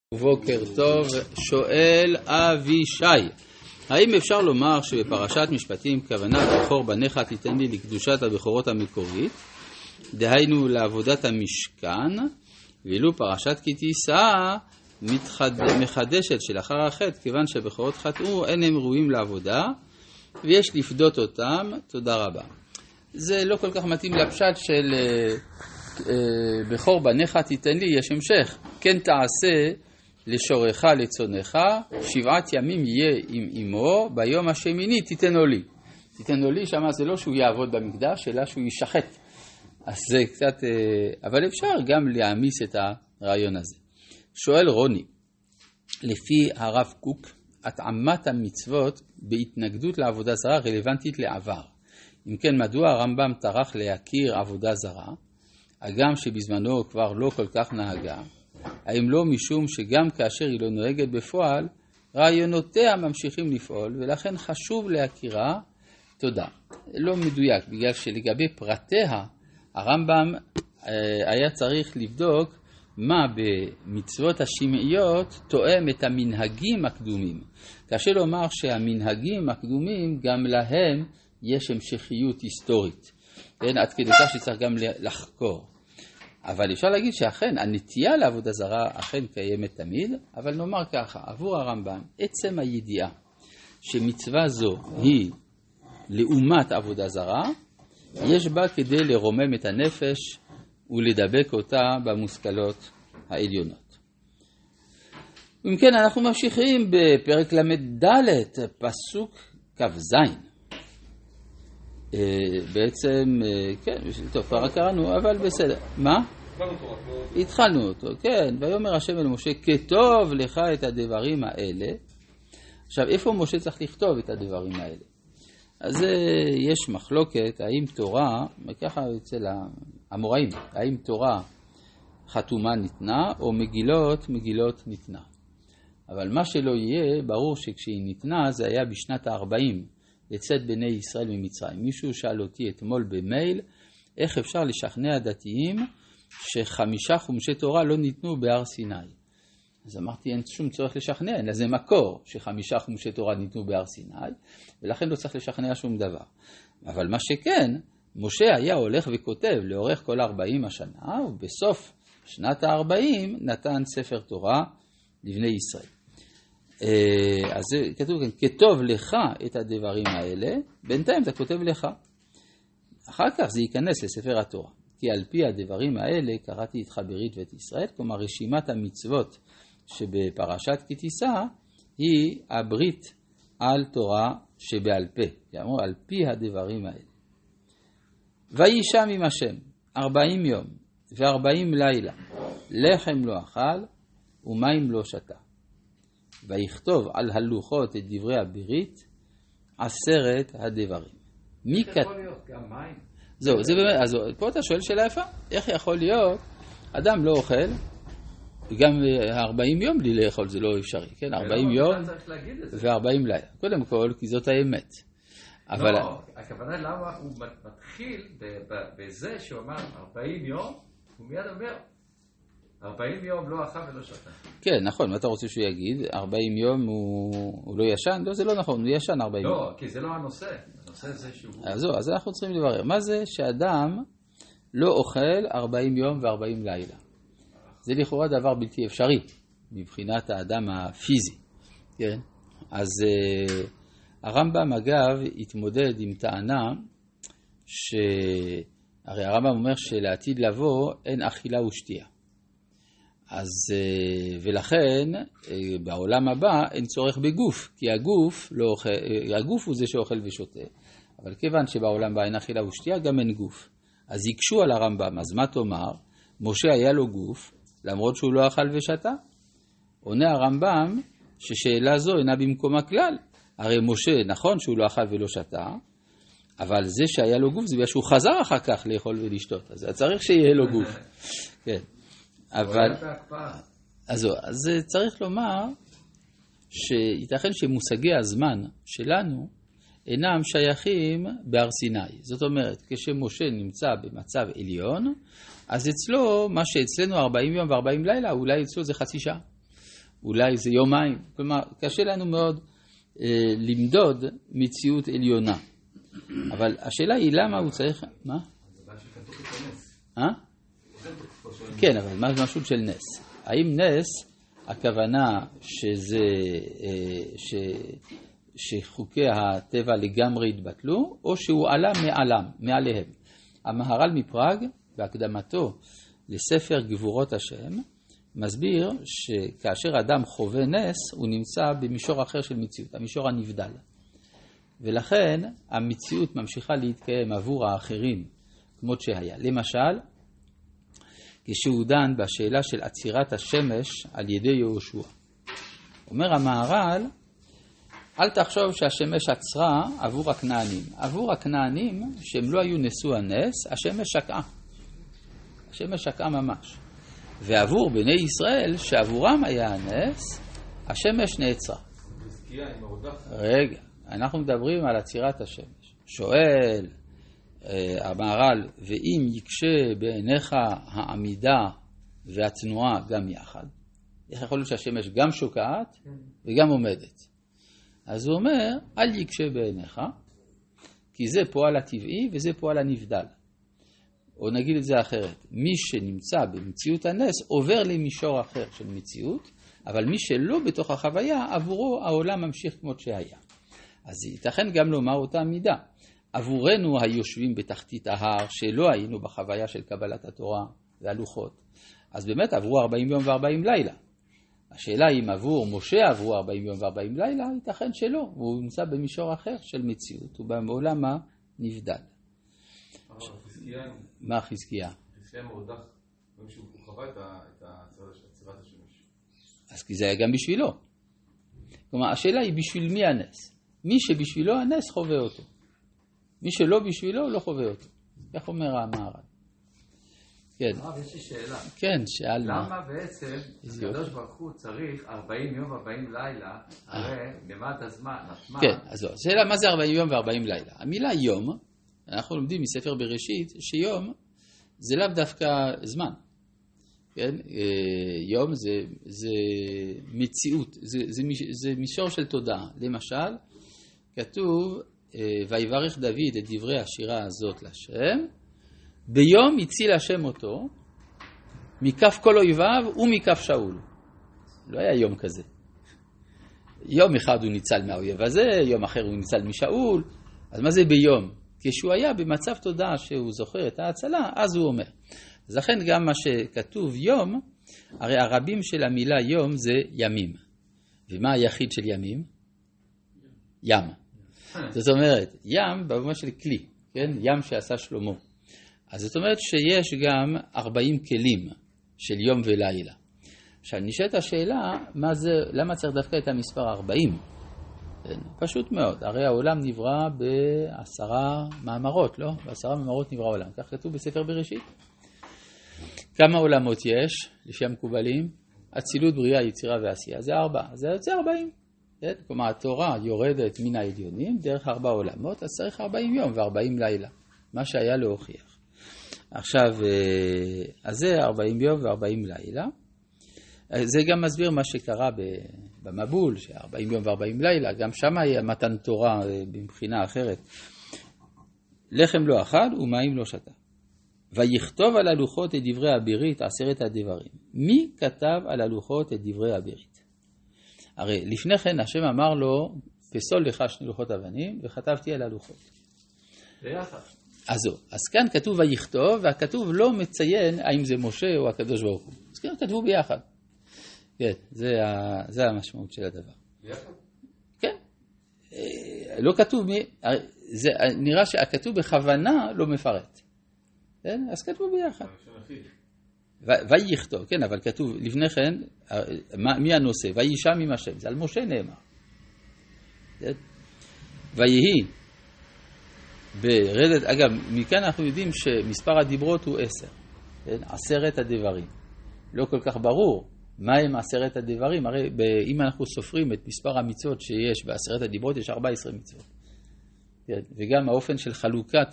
בוקר טוב, שואל אבישי, האם אפשר לומר שבפרשת משפטים כוונת בכור בניך תיתן לי לקדושת הבכורות המקורית, דהיינו לעבודת המשכן, ואילו פרשת כי תישא מחדשת שלאחר החטא, כיוון שהבכורות חטאו אין הם ראויים לעבודה ויש לפדות אותם? תודה רבה. זה לא כל כך מתאים לפשט של בכור בניך תיתן לי, יש המשך, כן תעשה לשורך לצונך, 7 ימים יהיה עם אמו, ביום השמיני תיתנו לי. תיתנו לי, שמה זה לא שהוא יעבוד במקדש, אלא שהוא ישחט. אז זה קצת, אבל אפשר גם להעמיס את הרעיון הזה. שואל רוני, לפי הרב קוק, התאמת המצוות בהתנגדות לעבודה זרה רלוונטית לעבר. אם כן, מדוע הרמב"ם טרח להכיר עבודה זרה, הגם שבזמנו כבר לא כל כך נהגה, האם לא משום שגם כאשר היא לא נוהגת בפועל, רעיונותיה ממשיכים לפעול, ולכן חשוב להכירה? תודה. לא מדויק, בגלל שלגבי פרטיה, הרמב"ם היה צריך לבדוק מה במצוות השמעיות תואם את המנהגים הקדומים. קשה לומר שהמנהגים הקדומים גם להם יש המשכיות היסטורית. עד כדי כך שצריך גם לחקור. אבל אפשר להגיד שאכן הנטייה לעבודה זרה אכן קיימת תמיד, אבל נאמר ככה, עבור הרמב"ם, עצם הידיעה שמצווה זו היא לעומת עבודה זרה, יש בה כדי לרומם את הנפש ולדבק אותה במושכלות העליונות. אם כן, אנחנו ממשיכים בפרק למד פסוק כ"ז. בעצם, כן, טוב, כבר קראנו, אבל בסדר. מה? התחלנו אותו, כן. ויאמר השם אל משה, כתוב לך את הדברים האלה. עכשיו, איפה משה צריך לכתוב את הדברים האלה? אז יש מחלוקת, האם תורה, וככה אצל האמוראים, האם תורה חתומה ניתנה, או מגילות ניתנה. אבל מה שלא יהיה, ברור שכשהיא ניתנה, זה היה בשנת ה-40, לצאת בני ישראל ממצרים. מישהו שאל אותי אתמול במייל, איך אפשר לשכנע דתיים ש5 חומשי תורה לא ניתנו בהר סיני. אז אמרתי, אין שום צורך לשכנע, אלא זה מקור ש5 חומשי תורה ניתנו בהר סיני, ולכן לא צריך לשכנע שום דבר. אבל מה שכן, משה היה הולך וכותב לאורך כל 40 השנה, ובסוף שנת ה-40 נתן ספר תורה לבני ישראל. אז כתוב כאן, כתוב לך את הדברים האלה, בינתיים אתה כותב לך. אחר כך זה ייכנס לספר התורה. כי על פי הדברים האלה קראתי איתך ברית ואת ישראל, כלומר רשימת המצוות שבפרשת כי תישא היא הברית על תורה שבעל פה. כלומר על פי הדברים האלה. וישם עם השם 40 יום ו40 לילה, לחם לא אכל ומים לא שתה. ויכתוב על הלוחות את דברי הברית 10 הדברים. איך יכול להיות? גם מים? זהו, זה באמת, אז פה אתה שואל שאלה יפה, איך יכול להיות, אדם לא אוכל, וגם 40 יום בלי לאכול זה לא אפשרי, כן? 40 יום ו40 לילה. קודם כל, כי זאת האמת. אבל... לא, הכוונה למה הוא מתחיל בזה שהוא אמר 40 יום, הוא מיד אומר 40 יום לא אכל ולא שתה. כן, נכון, מה אתה רוצה שהוא יגיד? 40 יום הוא לא ישן? לא, זה לא נכון, הוא ישן 40 יום. לא, כי זה לא הנושא. הנושא זה שהוא... אז אנחנו צריכים לברר. מה זה שאדם לא אוכל 40 יום ו40 לילה? זה לכאורה דבר בלתי אפשרי, מבחינת האדם הפיזי. כן? אז הרמב"ם אגב התמודד עם טענה הרי הרמב"ם אומר שלעתיד לבוא אין אכילה ושתייה. אז ולכן בעולם הבא אין צורך בגוף, כי הגוף הוא זה שאוכל ושותה. אבל כיוון שבעולם הבא אין אכילה ושתייה, גם אין גוף. אז יקשו על הרמב"ם, אז מה תאמר? משה היה לו גוף, למרות שהוא לא אכל ושתה? עונה הרמב"ם ששאלה זו אינה במקום הכלל. הרי משה, נכון שהוא לא אכל ולא שתה, אבל זה שהיה לו גוף זה בגלל שהוא חזר אחר כך לאכול ולשתות. אז צריך שיהיה לו גוף. כן. אבל, אז צריך לומר שייתכן שמושגי הזמן שלנו אינם שייכים בהר סיני. זאת אומרת, כשמשה נמצא במצב עליון, אז אצלו, מה שאצלנו 40 יום ו40 לילה, אולי אצלו זה חצי שעה. אולי זה יומיים. כלומר, קשה לנו מאוד למדוד מציאות עליונה. אבל השאלה היא למה הוא צריך... מה? כן, אבל מה משהו של נס? האם נס, הכוונה שחוקי הטבע לגמרי התבטלו, או שהוא עלה מעליהם? המהר"ל מפראג, בהקדמתו לספר גבורות השם, מסביר שכאשר אדם חווה נס, הוא נמצא במישור אחר של מציאות, המישור הנבדל. ולכן המציאות ממשיכה להתקיים עבור האחרים, כמות שהיה. למשל, כשהוא דן בשאלה של עצירת השמש על ידי יהושע. אומר המהר"ל, אל תחשוב שהשמש עצרה עבור הכנענים. עבור הכנענים, שהם לא היו נשוא הנס, השמש שקעה. השמש שקעה ממש. ועבור בני ישראל, שעבורם היה הנס, השמש נעצרה. רגע, אנחנו מדברים על עצירת השמש. שואל המהר"ל, ואם יקשה בעיניך העמידה והתנועה גם יחד, איך יכול להיות שהשמש גם שוקעת וגם עומדת? אז הוא אומר, אל יקשה בעיניך, כי זה פועל הטבעי וזה פועל הנבדל. או נגיד את זה אחרת, מי שנמצא במציאות הנס עובר למישור אחר של מציאות, אבל מי שלא בתוך החוויה, עבורו העולם ממשיך כמות שהיה. אז ייתכן גם לומר אותה מידה. עבורנו היושבים בתחתית ההר, שלא היינו בחוויה של קבלת התורה והלוחות, אז באמת עברו 40 יום ו40 לילה. השאלה אם עבור משה עברו 40 יום ו40 לילה, ייתכן שלא. הוא נמצא במישור אחר של מציאות, הוא בעולם הנבדל. מה חזקיה? חזקיה מרודח, הוא חווה את עצירת השמש. אז כי זה היה גם בשבילו. כלומר, השאלה היא בשביל מי הנס? מי שבשבילו הנס חווה אותו. מי שלא בשבילו לא חווה אותו. איך אומר המהר"ל? כן. יש לי שאלה. כן, שאל מה. למה בעצם הקדוש ברוך הוא צריך 40 יום ו40 לילה, הרי ממד הזמן, כן, אז זו. שאלה מה זה 40 יום ו40 לילה? המילה יום, אנחנו לומדים מספר בראשית, שיום זה לאו דווקא זמן. כן? יום זה מציאות, זה מישור של תודעה. למשל, כתוב, ויברך דוד את דברי השירה הזאת לשם, ביום הציל השם אותו, מכף כל אויביו ומכף שאול. לא היה יום כזה. יום אחד הוא ניצל מהאויב הזה, יום אחר הוא ניצל משאול. אז מה זה ביום? כשהוא היה במצב תודעה שהוא זוכר את ההצלה, אז הוא אומר. אז לכן גם מה שכתוב יום, הרי הרבים של המילה יום זה ימים. ומה היחיד של ימים? ים. זאת אומרת, ים במובן של כלי, כן? ים שעשה שלמה. אז זאת אומרת שיש גם 40 כלים של יום ולילה. עכשיו נשאלת השאלה, למה צריך דווקא את המספר 40? פשוט מאוד, הרי העולם נברא ב10 מאמרות, לא? ב10 מאמרות נברא העולם, כך כתוב בספר בראשית. כמה עולמות יש, לפי המקובלים? אצילות, בריאה, יצירה ועשייה, זה 4, זה יוצא 40. כלומר, התורה יורדת מן העליונים דרך 4 עולמות, אז צריך 40 יום ו40 לילה, מה שהיה להוכיח. עכשיו, אז זה 40 יום ו40 לילה. זה גם מסביר מה שקרה במבול, ש40 יום ו40 לילה, גם שם היה מתן תורה מבחינה אחרת. לחם לא אכל ומים לא שתה. ויכתוב על הלוחות את דברי הברית 10 הדברים. מי כתב על הלוחות את דברי הברית? הרי לפני כן השם אמר לו, פסול לך 2 לוחות אבנים, וכתבתי על הלוחות. ביחד. אז כאן כתוב ויכתוב, והכתוב לא מציין האם זה משה או הקדוש ברוך הוא. אז כן, כתבו ביחד. כן, זה המשמעות של הדבר. ביחד? כן. לא כתוב, זה נראה שהכתוב בכוונה לא מפרט. כן, אז כתבו ביחד. ויכתוב, כן, אבל כתוב לפני כן, מי הנושא? וישם עם השם, זה על משה נאמר. כן? ויהי ברדת, אגב, מכאן אנחנו יודעים שמספר הדיברות הוא 10. כן? 10 הדברים. לא כל כך ברור מה הם 10 הדברים. הרי אם אנחנו סופרים את מספר המצוות שיש ב10 הדיברות, יש 14 מצוות. כן? וגם האופן של חלוקת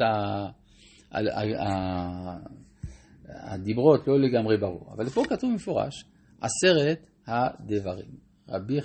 הדיברות לא לגמרי ברור. אבל פה כתוב מפורש, 10 הדברים. רבי